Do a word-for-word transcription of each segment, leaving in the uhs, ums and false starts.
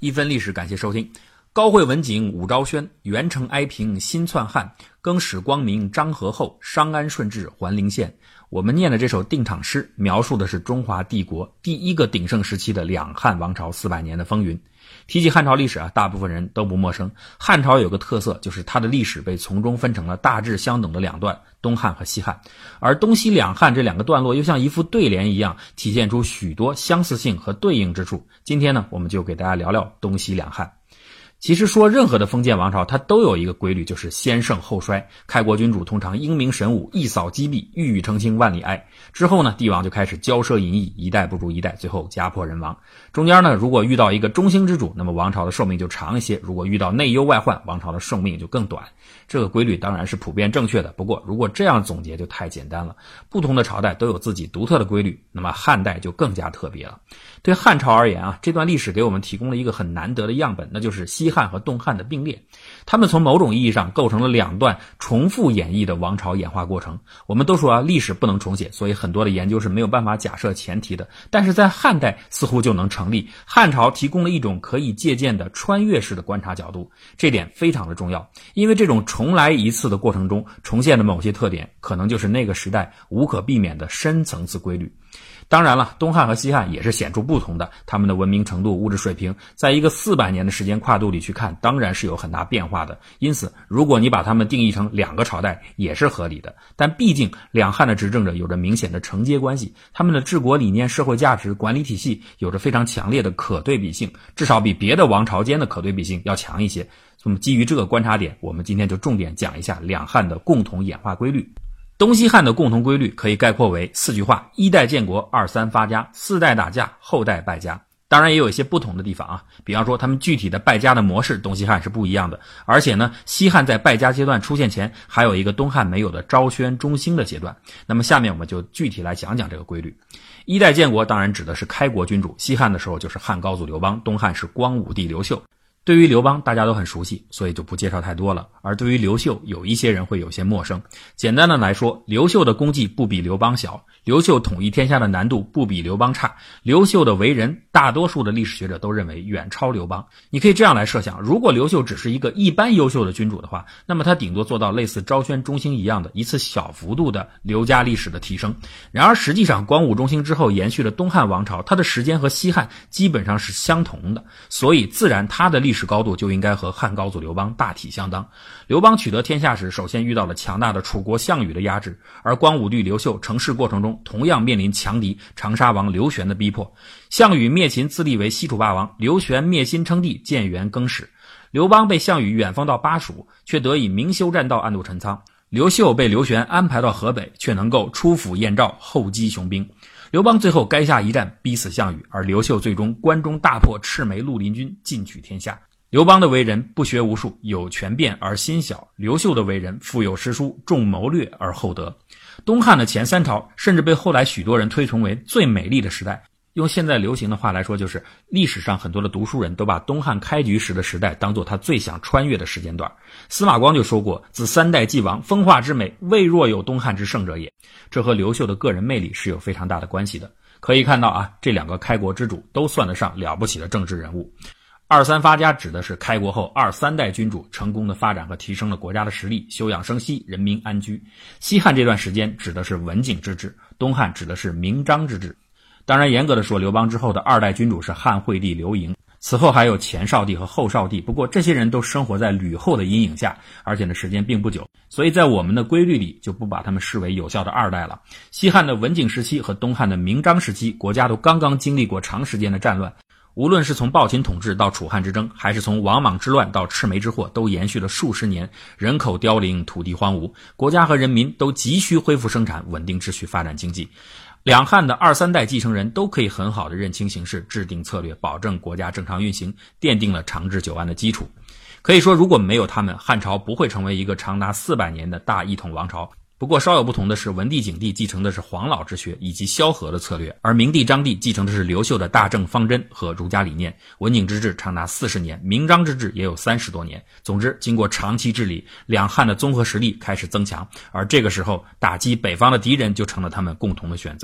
一分历史，感谢收听。高会文景武昭宣，元成哀平新篡汉，更始光明张和后，商安顺治还陵县。我们念的这首定场诗，描述的是中华帝国第一个鼎盛时期的两汉王朝四百年的风云。提起汉朝历史啊，大部分人都不陌生。汉朝有个特色，就是它的历史被从中分成了大致相等的两段，东汉和西汉。而东西两汉这两个段落又像一副对联一样，体现出许多相似性和对应之处。今天呢，我们就给大家聊聊东西两汉。其实说任何的封建王朝，它都有一个规律，就是先盛后衰。开国君主通常英明神武，一扫击毙，玉宇澄清万里哀。之后呢，帝王就开始骄奢淫逸，一代不如一代，最后家破人亡。中间呢，如果遇到一个中兴之主，那么王朝的寿命就长一些；如果遇到内忧外患，王朝的寿命就更短。这个规律当然是普遍正确的，不过如果这样总结就太简单了。不同的朝代都有自己独特的规律，那么汉代就更加特别了。对汉朝而言啊，这段历史给我们提供了一个很难得的样本，那就是西汉和东汉的并列。他们从某种意义上构成了两段重复演绎的王朝演化过程。我们都说啊，历史不能重写，所以很多的研究是没有办法假设前提的。但是在汉代似乎就能成立。汉朝提供了一种可以借鉴的穿越式的观察角度，这点非常的重要。因为这种重来一次的过程中重现的某些特点，可能就是那个时代无可避免的深层次规律。当然了，东汉和西汉也是显著不同的，他们的文明程度、物质水平，在一个四百年的时间跨度里去看，当然是有很大变化的。因此，如果你把他们定义成两个朝代，也是合理的。但毕竟两汉的执政者有着明显的承接关系，他们的治国理念、社会价值、管理体系有着非常强烈的可对比性，至少比别的王朝间的可对比性要强一些。那么基于这个观察点，我们今天就重点讲一下两汉的共同演化规律。东西汉的共同规律可以概括为四句话：一代建国，二三发家，四代打架，后代败家。当然也有一些不同的地方啊，比方说他们具体的败家的模式，东西汉是不一样的。而且呢，西汉在败家阶段出现前，还有一个东汉没有的昭宣中兴的阶段。那么下面我们就具体来讲讲这个规律。一代建国当然指的是开国君主，西汉的时候就是汉高祖刘邦，东汉是光武帝刘秀。对于刘邦大家都很熟悉，所以就不介绍太多了。而对于刘秀，有一些人会有些陌生。简单的来说，刘秀的功绩不比刘邦小，刘秀统一天下的难度不比刘邦差，刘秀的为人，大多数的历史学者都认为远超刘邦。你可以这样来设想，如果刘秀只是一个一般优秀的君主的话，那么他顶多做到类似昭宣中兴一样的一次小幅度的刘家历史的提升。然而实际上，光武中兴之后延续的东汉王朝，它的时间和西汉基本上是相同的，所以自然它的历史历史高度就应该和汉高祖刘邦大体相当。刘邦取得天下时，首先遇到了强大的楚国项羽的压制，而光武帝刘秀成事过程中同样面临强敌长沙王刘玄的逼迫。项羽灭秦自立为西楚霸王，刘玄灭新称帝，建元更始。刘邦被项羽远封到巴蜀，却得以明修栈道，暗度陈仓。刘秀被刘玄安排到河北，却能够出府燕赵，后击雄兵。刘邦最后垓下一战逼死项羽，而刘秀最终关中大破赤眉绿林军，进取天下。刘邦的为人不学无术，有权变而心小；刘秀的为人腹有诗书，重谋略而厚德。东汉的前三朝甚至被后来许多人推崇为最美丽的时代。用现在流行的话来说，就是历史上很多的读书人都把东汉开局时的时代当作他最想穿越的时间段。司马光就说过，自三代既亡，风化之美，未若有东汉之盛者也。这和刘秀的个人魅力是有非常大的关系的。可以看到啊，这两个开国之主都算得上了不起的政治人物。二三发家指的是开国后二三代君主成功的发展和提升了国家的实力，休养生息，人民安居。西汉这段时间指的是文景之治，东汉指的是明章之治。当然严格的说，刘邦之后的二代君主是汉惠帝刘盈，此后还有前少帝和后少帝，不过这些人都生活在吕后的阴影下，而且呢时间并不久，所以在我们的规律里就不把他们视为有效的二代了。西汉的文景时期和东汉的明章时期，国家都刚刚经历过长时间的战乱，无论是从暴秦统治到楚汉之争，还是从王莽之乱到赤眉之祸，都延续了数十年，人口凋零，土地荒芜，国家和人民都急需恢复生产，稳定秩序，发展经济。两汉的二三代继承人都可以很好的认清形势，制定策略，保证国家正常运行，奠定了长治久安的基础。可以说，如果没有他们，汉朝不会成为一个长达四百年的大一统王朝。不过稍有不同的是，文帝景帝继承的是黄老之学以及萧何的策略，而明帝章帝继承的是刘秀的大政方针和儒家理念。文景之治长达四十年，明章之治也有三十多年。总之，经过长期治理，两汉的综合实力开始增强，而这个时候打击北方的敌人就成了他们共同的选择。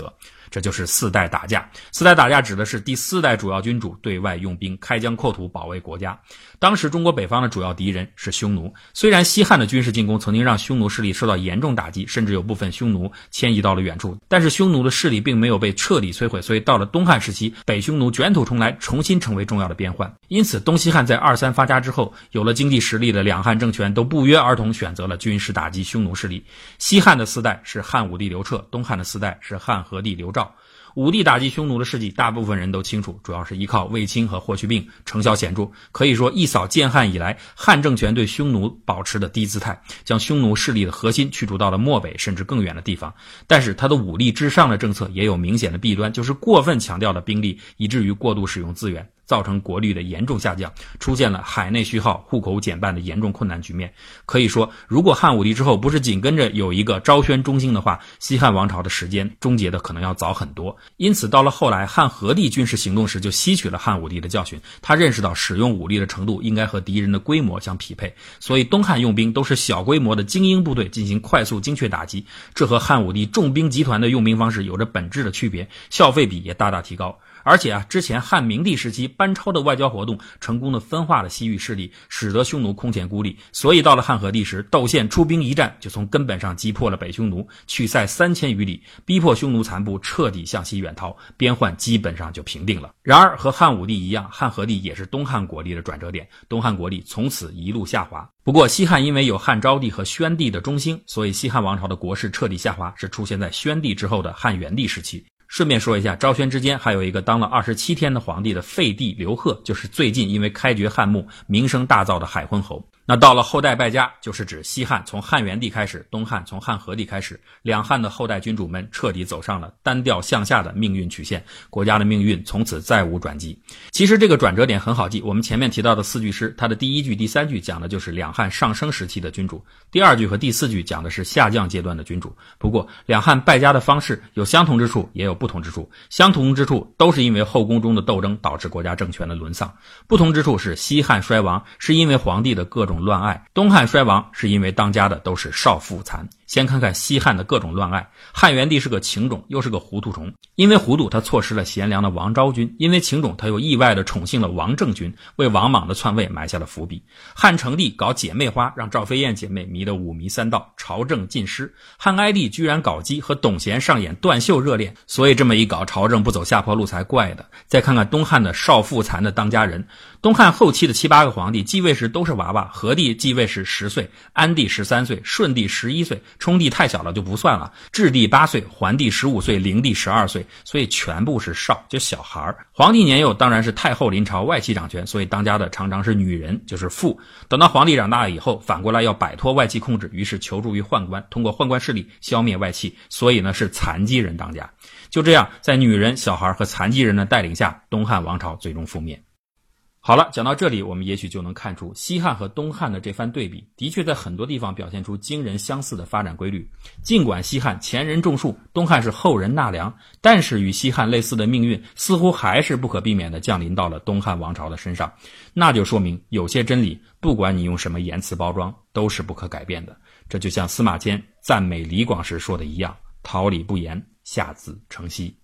这就是四代打架。四代打架指的是第四代主要君主对外用兵，开疆扩土，保卫国家。当时中国北方的主要敌人是匈奴，虽然西汉的军事进攻曾经让匈奴势力受到严重打击，甚至有部分匈奴迁移到了远处，但是匈奴的势力并没有被彻底摧毁，所以到了东汉时期，北匈奴卷土重来，重新成为重要的边患。因此东西汉在二三发家之后，有了经济实力的两汉政权都不约而同选择了军事打击匈奴势力。西汉的四代是汉武帝刘彻，东汉的四代是汉和帝刘肇。武帝打击匈奴的事迹，大部分人都清楚，主要是依靠卫青和霍去病，成效显著。可以说一扫建汉以来汉政权对匈奴保持的低姿态，将匈奴势力的核心驱逐到了漠北甚至更远的地方。但是他的武力至上的政策也有明显的弊端，就是过分强调了兵力，以至于过度使用资源，造成国力的严重下降，出现了海内虚耗、户口减半的严重困难局面。可以说，如果汉武帝之后不是紧跟着有一个昭宣中兴的话，西汉王朝的时间终结的可能要早很多。因此到了后来汉和帝军事行动时，就吸取了汉武帝的教训，他认识到使用武力的程度应该和敌人的规模相匹配，所以东汉用兵都是小规模的精英部队进行快速精确打击，这和汉武帝重兵集团的用兵方式有着本质的区别，效费比也大大提高。而且啊，之前汉明帝时期班超的外交活动成功的分化了西域势力，使得匈奴空前孤立，所以到了汉和帝时，窦宪出兵一战，就从根本上击破了北匈奴，去塞三千余里，逼迫匈奴残部彻底向西远逃，边患基本上就平定了。然而和汉武帝一样，汉和帝也是东汉国力的转折点，东汉国力从此一路下滑。不过西汉因为有汉昭帝和宣帝的中兴，所以西汉王朝的国势彻底下滑是出现在宣帝之后的汉元帝时期。顺便说一下，昭宣之间还有一个当了二十七天的皇帝的废帝刘贺，就是最近因为开掘汉墓名声大噪的海昏侯。那到了后代败家，就是指西汉从汉元帝开始，东汉从汉和帝开始，两汉的后代君主们彻底走上了单调向下的命运曲线，国家的命运从此再无转机。其实这个转折点很好记，我们前面提到的四句诗，它的第一句、第三句讲的就是两汉上升时期的君主，第二句和第四句讲的是下降阶段的君主。不过两汉败家的方式有相同之处，也有不同之处。相同之处都是因为后宫中的斗争导致国家政权的沦丧，不同之处是西汉衰亡是因为皇帝的各种乱爱，东汉衰亡是因为当家的都是少妇残。先看看西汉的各种乱爱。汉元帝是个情种，又是个糊涂虫。因为糊涂，他错失了贤良的王昭君；因为情种，他又意外地宠幸了王政君，为王莽的篡位埋下了伏笔。汉成帝搞姐妹花，让赵飞燕姐妹迷得五迷三道，朝政尽失。汉哀帝居然搞基，和董贤上演断袖热恋，所以这么一搞，朝政不走下坡路才怪的。再看看东汉的少妇残的当家人。东汉后期的七八个皇帝继位时都是娃娃，和帝继位时十岁，安帝十三岁，顺帝十一岁，冲帝太小了就不算了，质帝八岁，桓帝十五岁，灵帝十二岁，所以全部是少，就小孩。皇帝年幼当然是太后临朝，外戚掌权，所以当家的常常是女人，就是妇。等到皇帝长大了以后，反过来要摆脱外戚控制，于是求助于宦官，通过宦官势力消灭外戚，所以呢是残疾人当家。就这样，在女人、小孩和残疾人的带领下，东汉王朝最终覆灭。好了，讲到这里，我们也许就能看出西汉和东汉的这番对比，的确在很多地方表现出惊人相似的发展规律。尽管西汉前人种树，东汉是后人纳凉，但是与西汉类似的命运似乎还是不可避免地降临到了东汉王朝的身上。那就说明有些真理，不管你用什么言辞包装，都是不可改变的。这就像司马迁赞美李广时说的一样，桃李不言，下自成蹊。